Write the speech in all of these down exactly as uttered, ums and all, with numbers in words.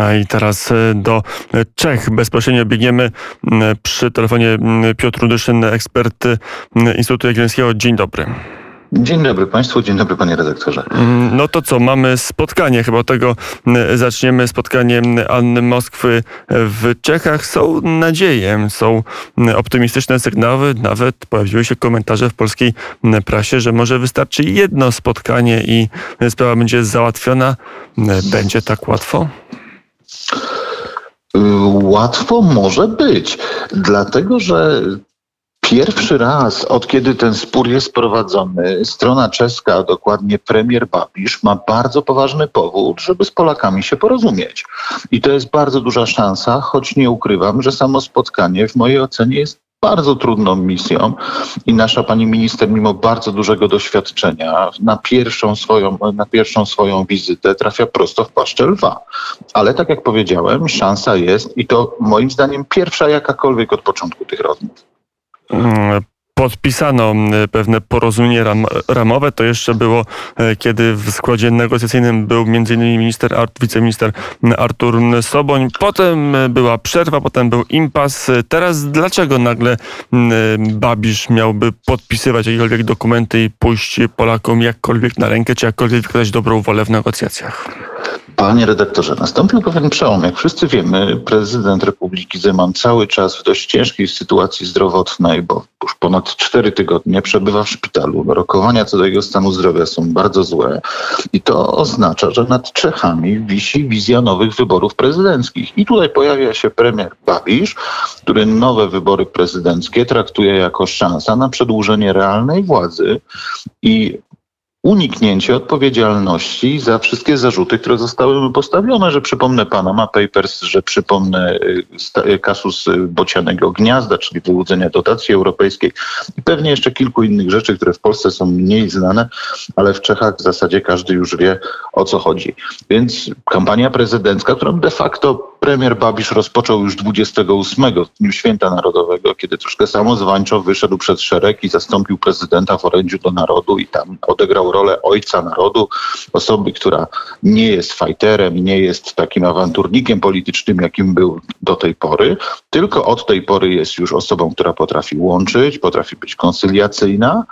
I teraz do Czech bezpośrednio biegniemy. Przy telefonie Piotr Udyszyn, ekspert Instytutu Jagiellońskiego. Dzień dobry. Dzień dobry Państwu, dzień dobry Panie redaktorze. No to co, mamy spotkanie, chyba od tego zaczniemy, spotkanie Anny Moskwy w Czechach. Są nadzieje, są optymistyczne sygnały, nawet pojawiły się komentarze w polskiej prasie, że może wystarczy jedno spotkanie i sprawa będzie załatwiona. Będzie tak łatwo? Łatwo może być, dlatego że pierwszy raz, od kiedy ten spór jest prowadzony, strona czeska, a dokładnie premier Babiš, ma bardzo poważny powód, żeby z Polakami się porozumieć. I to jest bardzo duża szansa, choć nie ukrywam, że samo spotkanie w mojej ocenie jest bardzo trudną misją i nasza pani minister, mimo bardzo dużego doświadczenia, na pierwszą swoją, na pierwszą swoją wizytę trafia prosto w paszczę lwa. Ale tak jak powiedziałem, szansa jest i to moim zdaniem pierwsza jakakolwiek od początku tych rozmów. Podpisano pewne porozumienie ram, ramowe. To jeszcze było, kiedy w składzie negocjacyjnym był między innymi minister, wiceminister Artur Soboń. Potem była przerwa, potem był impas. Teraz dlaczego nagle Babiš miałby podpisywać jakiekolwiek dokumenty i pójść Polakom jakkolwiek na rękę, czy jakkolwiek wykazać dobrą wolę w negocjacjach? Panie redaktorze, nastąpił pewien przełom. Jak wszyscy wiemy, prezydent Republiki Zeman cały czas w dość ciężkiej sytuacji zdrowotnej, bo już ponad cztery tygodnie przebywa w szpitalu. Rokowania co do jego stanu zdrowia są bardzo złe i to oznacza, że nad Czechami wisi wizja nowych wyborów prezydenckich. I tutaj pojawia się premier Babiš, który nowe wybory prezydenckie traktuje jako szansę na przedłużenie realnej władzy i uniknięcie odpowiedzialności za wszystkie zarzuty, które zostały mu postawione, że przypomnę Panama Papers, że przypomnę kasus bocianego gniazda, czyli wyłudzenia dotacji europejskiej i pewnie jeszcze kilku innych rzeczy, które w Polsce są mniej znane, ale w Czechach w zasadzie każdy już wie, o co chodzi. Więc kampania prezydencka, którą de facto premier Babiš rozpoczął już dwudziestego ósmego, w dniu Święta Narodowego, kiedy troszkę samozwańczo wyszedł przed szereg i zastąpił prezydenta w orędziu do narodu i tam odegrał rolę ojca narodu, osoby, która nie jest fajterem, nie jest takim awanturnikiem politycznym, jakim był do tej pory, tylko od tej pory jest już osobą, która potrafi łączyć, potrafi być koncyliacyjna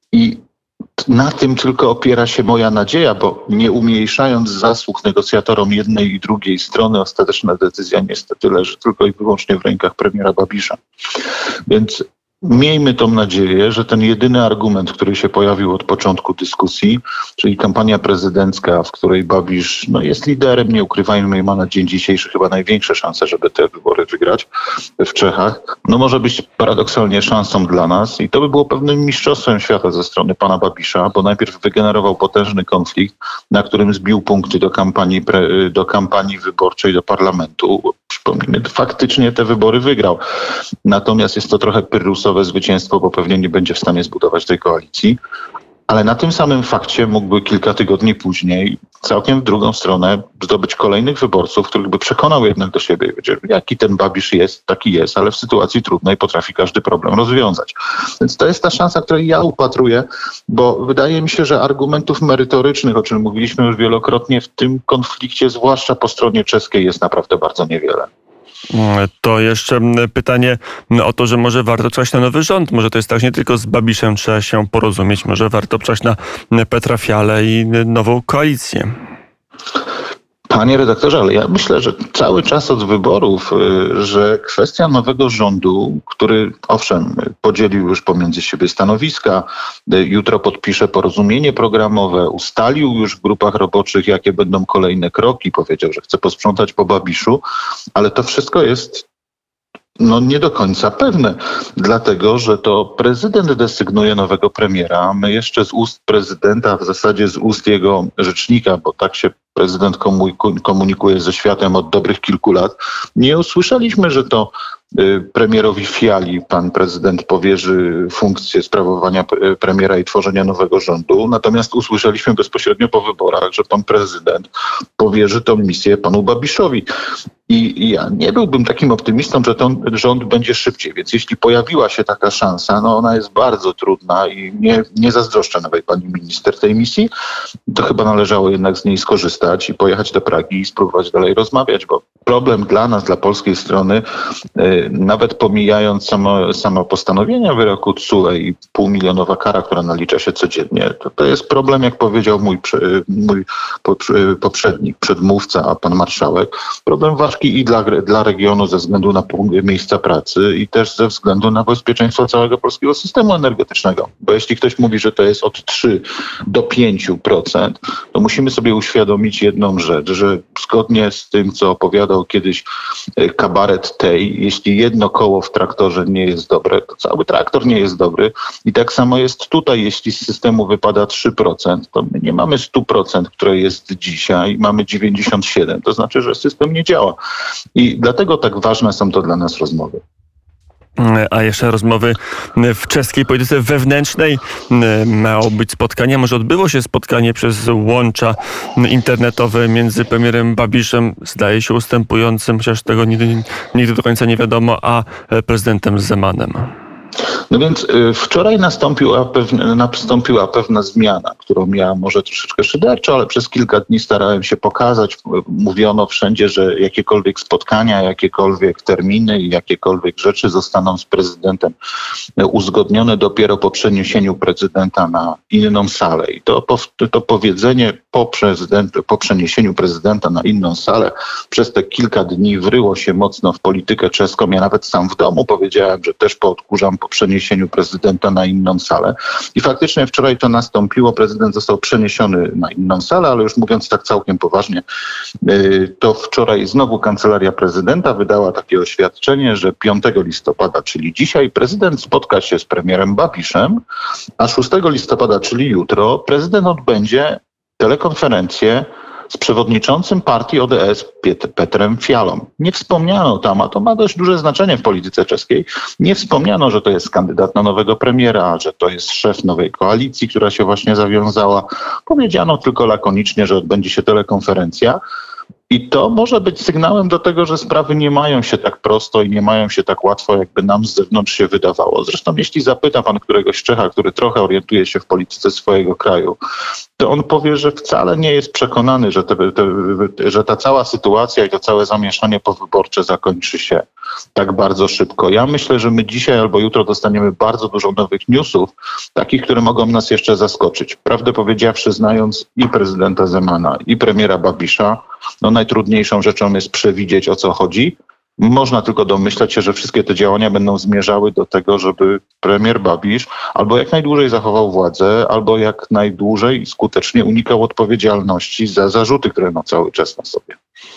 i na tym tylko opiera się moja nadzieja, bo nie umniejszając zasług negocjatorom jednej i drugiej strony, ostateczna decyzja niestety leży tylko i wyłącznie w rękach premiera Babiša. Więc miejmy tą nadzieję, że ten jedyny argument, który się pojawił od początku dyskusji, czyli kampania prezydencka, w której Babiš no, jest liderem, nie ukrywajmy, ma na dzień dzisiejszy chyba największe szanse, żeby te wybory wygrać w Czechach, no może być paradoksalnie szansą dla nas i to by było pewnym mistrzostwem świata ze strony pana Babiša, bo najpierw wygenerował potężny konflikt, na którym zbił punkty do kampanii, pre, do kampanii wyborczej do parlamentu. Przypomnijmy, faktycznie te wybory wygrał. Natomiast jest to trochę pyrrusowe zwycięstwo, bo pewnie nie będzie w stanie zbudować tej koalicji. Ale na tym samym fakcie mógłby kilka tygodni później całkiem w drugą stronę zdobyć kolejnych wyborców, których by przekonał jednak do siebie. Wiecie, jaki ten Babiš jest, taki jest, ale w sytuacji trudnej potrafi każdy problem rozwiązać. Więc to jest ta szansa, której ja upatruję, bo wydaje mi się, że argumentów merytorycznych, o czym mówiliśmy już wielokrotnie w tym konflikcie, zwłaszcza po stronie czeskiej, jest naprawdę bardzo niewiele. To jeszcze pytanie o to, że może warto czekać na nowy rząd. Może to jest tak, że nie tylko z Babišem trzeba się porozumieć. Może warto czekać na Petra Fialę i nową koalicję. Panie redaktorze, ale ja myślę, że cały czas od wyborów, że kwestia nowego rządu, który owszem podzielił już pomiędzy siebie stanowiska, jutro podpisze porozumienie programowe, ustalił już w grupach roboczych, jakie będą kolejne kroki, powiedział, że chce posprzątać po Babišu, ale to wszystko jest no nie do końca pewne, dlatego że to prezydent desygnuje nowego premiera. My jeszcze z ust prezydenta, w zasadzie z ust jego rzecznika, bo tak się prezydent komunikuje ze światem od dobrych kilku lat, nie usłyszeliśmy, że to premierowi Fiali pan prezydent powierzy funkcję sprawowania premiera i tworzenia nowego rządu. Natomiast usłyszeliśmy bezpośrednio po wyborach, że pan prezydent powierzy tę misję panu Babišowi. I ja nie byłbym takim optymistą, że ten rząd będzie szybciej. Więc jeśli pojawiła się taka szansa, no ona jest bardzo trudna i nie, nie zazdroszczę nawet pani minister tej misji, to chyba należało jednak z niej skorzystać i pojechać do Pragi i spróbować dalej rozmawiać, bo problem dla nas, dla polskiej strony, yy, nawet pomijając samo, samo postanowienia wyroku T S U E i półmilionowa kara, która nalicza się codziennie, to, to jest problem, jak powiedział mój, mój poprzednik, przedmówca, a pan marszałek, problem ważny i dla, dla regionu ze względu na miejsca pracy i też ze względu na bezpieczeństwo całego polskiego systemu energetycznego. Bo jeśli ktoś mówi, że to jest od trzy do pięciu procent, to musimy sobie uświadomić jedną rzecz, że zgodnie z tym, co opowiadał kiedyś kabaret Tej, jeśli jedno koło w traktorze nie jest dobre, to cały traktor nie jest dobry. I tak samo jest tutaj, jeśli z systemu wypada trzy procent, to my nie mamy sto procent, które jest dzisiaj, mamy dziewięćdziesiąt siedem procent. To znaczy, że system nie działa. I dlatego tak ważne są to dla nas rozmowy. A jeszcze rozmowy w czeskiej polityce wewnętrznej. Miało być spotkanie, może odbyło się spotkanie przez łącza internetowe między premierem Babiszem, zdaje się ustępującym, chociaż tego nigdy, nigdy do końca nie wiadomo, a prezydentem Zemanem. No więc y, wczoraj nastąpiła pewna, nastąpiła pewna zmiana, którą ja może troszeczkę szyderczo, ale przez kilka dni starałem się pokazać. Mówiono wszędzie, że jakiekolwiek spotkania, jakiekolwiek terminy i jakiekolwiek rzeczy zostaną z prezydentem uzgodnione dopiero po przeniesieniu prezydenta na inną salę. I to, to powiedzenie po, prezydent, po przeniesieniu prezydenta na inną salę przez te kilka dni wryło się mocno w politykę czeską. Ja nawet sam w domu powiedziałem, że też poodkurzam po przeniesieniu prezydenta na inną salę. I faktycznie wczoraj to nastąpiło. Prezydent został przeniesiony na inną salę, ale już mówiąc tak całkiem poważnie, to wczoraj znowu Kancelaria Prezydenta wydała takie oświadczenie, że piątego listopada, czyli dzisiaj, prezydent spotka się z premierem Babiszem, a szóstego listopada, czyli jutro, prezydent odbędzie telekonferencję z przewodniczącym partii O D S Piet- Petrem Fialą. Nie wspomniano tam, a to ma dość duże znaczenie w polityce czeskiej, nie wspomniano, że to jest kandydat na nowego premiera, że to jest szef nowej koalicji, która się właśnie zawiązała. Powiedziano tylko lakonicznie, że odbędzie się telekonferencja. I to może być sygnałem do tego, że sprawy nie mają się tak prosto i nie mają się tak łatwo, jakby nam z zewnątrz się wydawało. Zresztą jeśli zapyta pan któregoś Czecha, który trochę orientuje się w polityce swojego kraju, to on powie, że wcale nie jest przekonany, że, te, te, że ta cała sytuacja i to całe zamieszanie powyborcze zakończy się tak bardzo szybko. Ja myślę, że my dzisiaj albo jutro dostaniemy bardzo dużo nowych newsów, takich, które mogą nas jeszcze zaskoczyć. Prawdę powiedziawszy, znając i prezydenta Zemana, i premiera Babisza, no najtrudniejszą rzeczą jest przewidzieć, o co chodzi. Można tylko domyślać się, że wszystkie te działania będą zmierzały do tego, żeby premier Babisz albo jak najdłużej zachował władzę, albo jak najdłużej skutecznie unikał odpowiedzialności za zarzuty, które ma cały czas na sobie.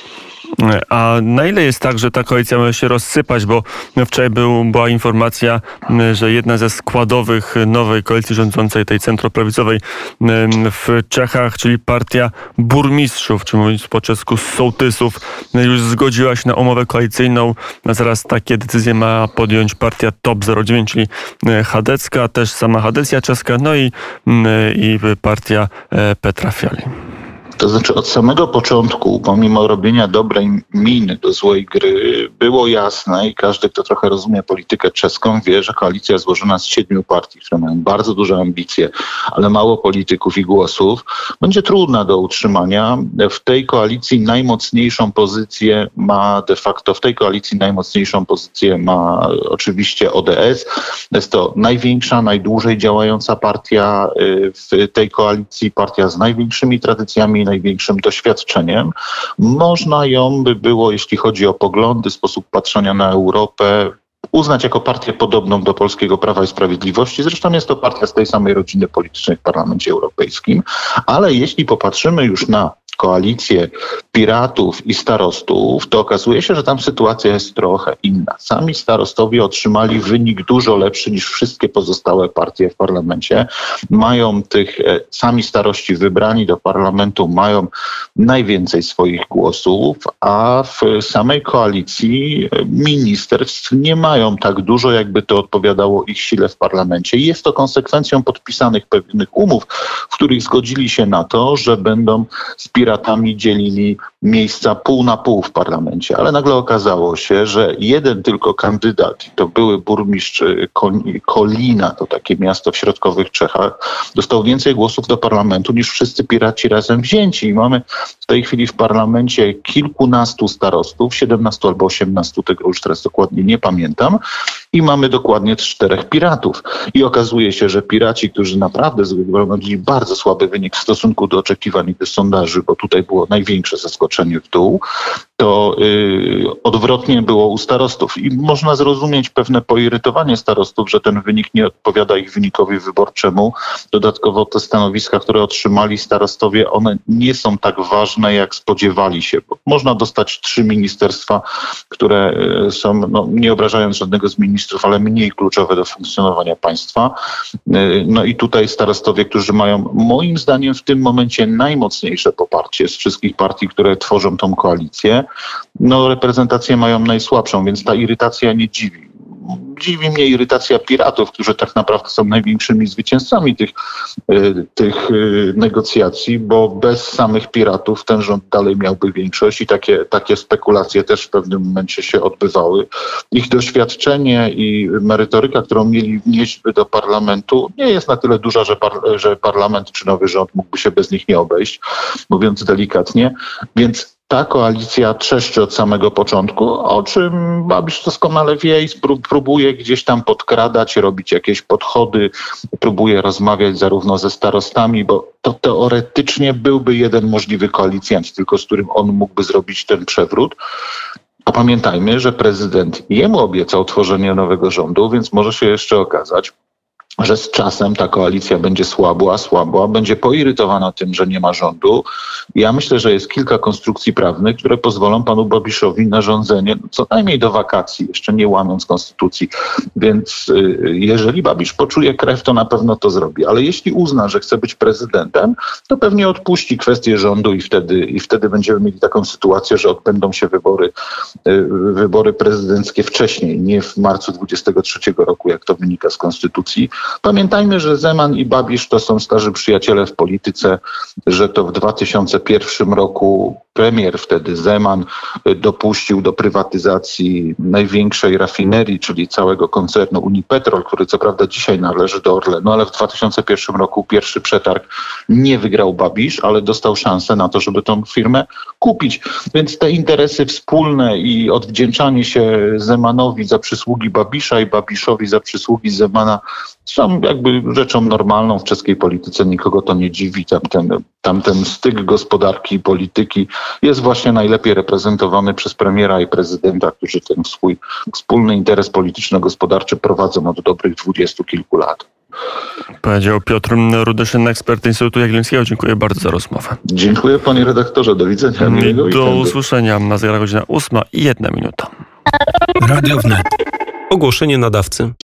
A na ile jest tak, że ta koalicja może się rozsypać, bo wczoraj był, była informacja, że jedna ze składowych nowej koalicji rządzącej, tej centroprawicowej w Czechach, czyli partia burmistrzów, czy mówiąc po czesku sołtysów, już zgodziła się na umowę koalicyjną, a zaraz takie decyzje ma podjąć partia Top zero dziewięć, czyli chadecka, też sama Chadecja czeska, no i, i partia Petra Fiali. To znaczy od samego początku, pomimo robienia dobrej miny do złej gry, było jasne i każdy, kto trochę rozumie politykę czeską, wie, że koalicja złożona z siedmiu partii, które mają bardzo duże ambicje, ale mało polityków i głosów, będzie trudna do utrzymania. W tej koalicji najmocniejszą pozycję ma de facto, w tej koalicji najmocniejszą pozycję ma oczywiście O D S. Jest to największa, najdłużej działająca partia w tej koalicji, partia z największymi tradycjami, największym doświadczeniem. Można ją by było, jeśli chodzi o poglądy, sposób patrzenia na Europę, uznać jako partię podobną do polskiego Prawa i Sprawiedliwości. Zresztą jest to partia z tej samej rodziny politycznej w Parlamencie Europejskim. Ale jeśli popatrzymy już na koalicję Piratów i Starostów, to okazuje się, że tam sytuacja jest trochę inna. Sami starostowie otrzymali wynik dużo lepszy niż wszystkie pozostałe partie w parlamencie. Mają tych, sami starości wybrani do parlamentu mają najwięcej swoich głosów, a w samej koalicji ministerstw nie mają tak dużo, jakby to odpowiadało ich sile w parlamencie. I jest to konsekwencją podpisanych pewnych umów, w których zgodzili się na to, że będą wspierać piratami dzielili miejsca pół na pół w parlamencie, ale nagle okazało się, że jeden tylko kandydat, to były burmistrz Kolina, to takie miasto w środkowych Czechach, dostał więcej głosów do parlamentu niż wszyscy piraci razem wzięci. I mamy w tej chwili w parlamencie kilkunastu starostów, siedemnastu albo osiemnastu, tego już teraz dokładnie nie pamiętam, i mamy dokładnie czterech piratów. I okazuje się, że piraci, którzy naprawdę zgromadzili bardzo słaby wynik w stosunku do oczekiwań do sondaży, bo tutaj było największe zaskoczenie w dół, to yy, odwrotnie było u starostów. I można zrozumieć pewne poirytowanie starostów, że ten wynik nie odpowiada ich wynikowi wyborczemu. Dodatkowo te stanowiska, które otrzymali starostowie, one nie są tak ważne, jak spodziewali się. Bo można dostać trzy ministerstwa, które yy, są, no, nie obrażając żadnego z ministrów, ale mniej kluczowe do funkcjonowania państwa. Yy, no i tutaj starostowie, którzy mają moim zdaniem w tym momencie najmocniejsze poparcie z wszystkich partii, które tworzą tą koalicję, no reprezentację mają najsłabszą, więc ta irytacja nie dziwi. Dziwi mnie irytacja piratów, którzy tak naprawdę są największymi zwycięzcami tych, tych negocjacji, bo bez samych piratów ten rząd dalej miałby większość i takie, takie spekulacje też w pewnym momencie się odbywały. Ich doświadczenie i merytoryka, którą mieli wnieść do parlamentu, nie jest na tyle duża, że, par, że parlament czy nowy rząd mógłby się bez nich nie obejść, mówiąc delikatnie, więc ta koalicja trzeszczy od samego początku, o czym Babisz doskonale wie i próbuje gdzieś tam podkradać, robić jakieś podchody, próbuje rozmawiać zarówno ze starostami, bo to teoretycznie byłby jeden możliwy koalicjant, tylko z którym on mógłby zrobić ten przewrót. A pamiętajmy, że prezydent jemu obiecał tworzenie nowego rządu, więc może się jeszcze okazać, że z czasem ta koalicja będzie słabła, słabła, będzie poirytowana tym, że nie ma rządu. Ja myślę, że jest kilka konstrukcji prawnych, które pozwolą panu Babiszowi na rządzenie co najmniej do wakacji, jeszcze nie łamiąc konstytucji. Więc jeżeli Babisz poczuje krew, to na pewno to zrobi. Ale jeśli uzna, że chce być prezydentem, to pewnie odpuści kwestię rządu i wtedy, i wtedy będziemy mieli taką sytuację, że odbędą się wybory, wybory prezydenckie wcześniej, nie w marcu dwudziestego trzeciego roku, jak to wynika z konstytucji. Pamiętajmy, że Zeman i Babisz to są starzy przyjaciele w polityce, że to w dwa tysiące pierwszym roku premier wtedy Zeman dopuścił do prywatyzacji największej rafinerii, czyli całego koncernu Unipetrol, który co prawda dzisiaj należy do Orlenu, ale w dwa tysiące pierwszym roku pierwszy przetarg nie wygrał Babisz, ale dostał szansę na to, żeby tą firmę kupić. Więc te interesy wspólne i odwdzięczanie się Zemanowi za przysługi Babisza i Babiszowi za przysługi Zemana są jakby rzeczą normalną w czeskiej polityce. Nikogo to nie dziwi. Tamten, tamten styk gospodarki i polityki jest właśnie najlepiej reprezentowany przez premiera i prezydenta, którzy ten swój wspólny interes polityczno-gospodarczy prowadzą od dobrych dwudziestu kilku lat. Powiedział Piotr Rudyszyn, ekspert Instytutu Jagiellońskiego. Dziękuję bardzo za rozmowę. Dziękuję panie redaktorze. Do widzenia. Miłego Do weekendu. usłyszenia. Na zegarach godzina ósma i jedna minuta. Radio Wnet. Ogłoszenie nadawcy.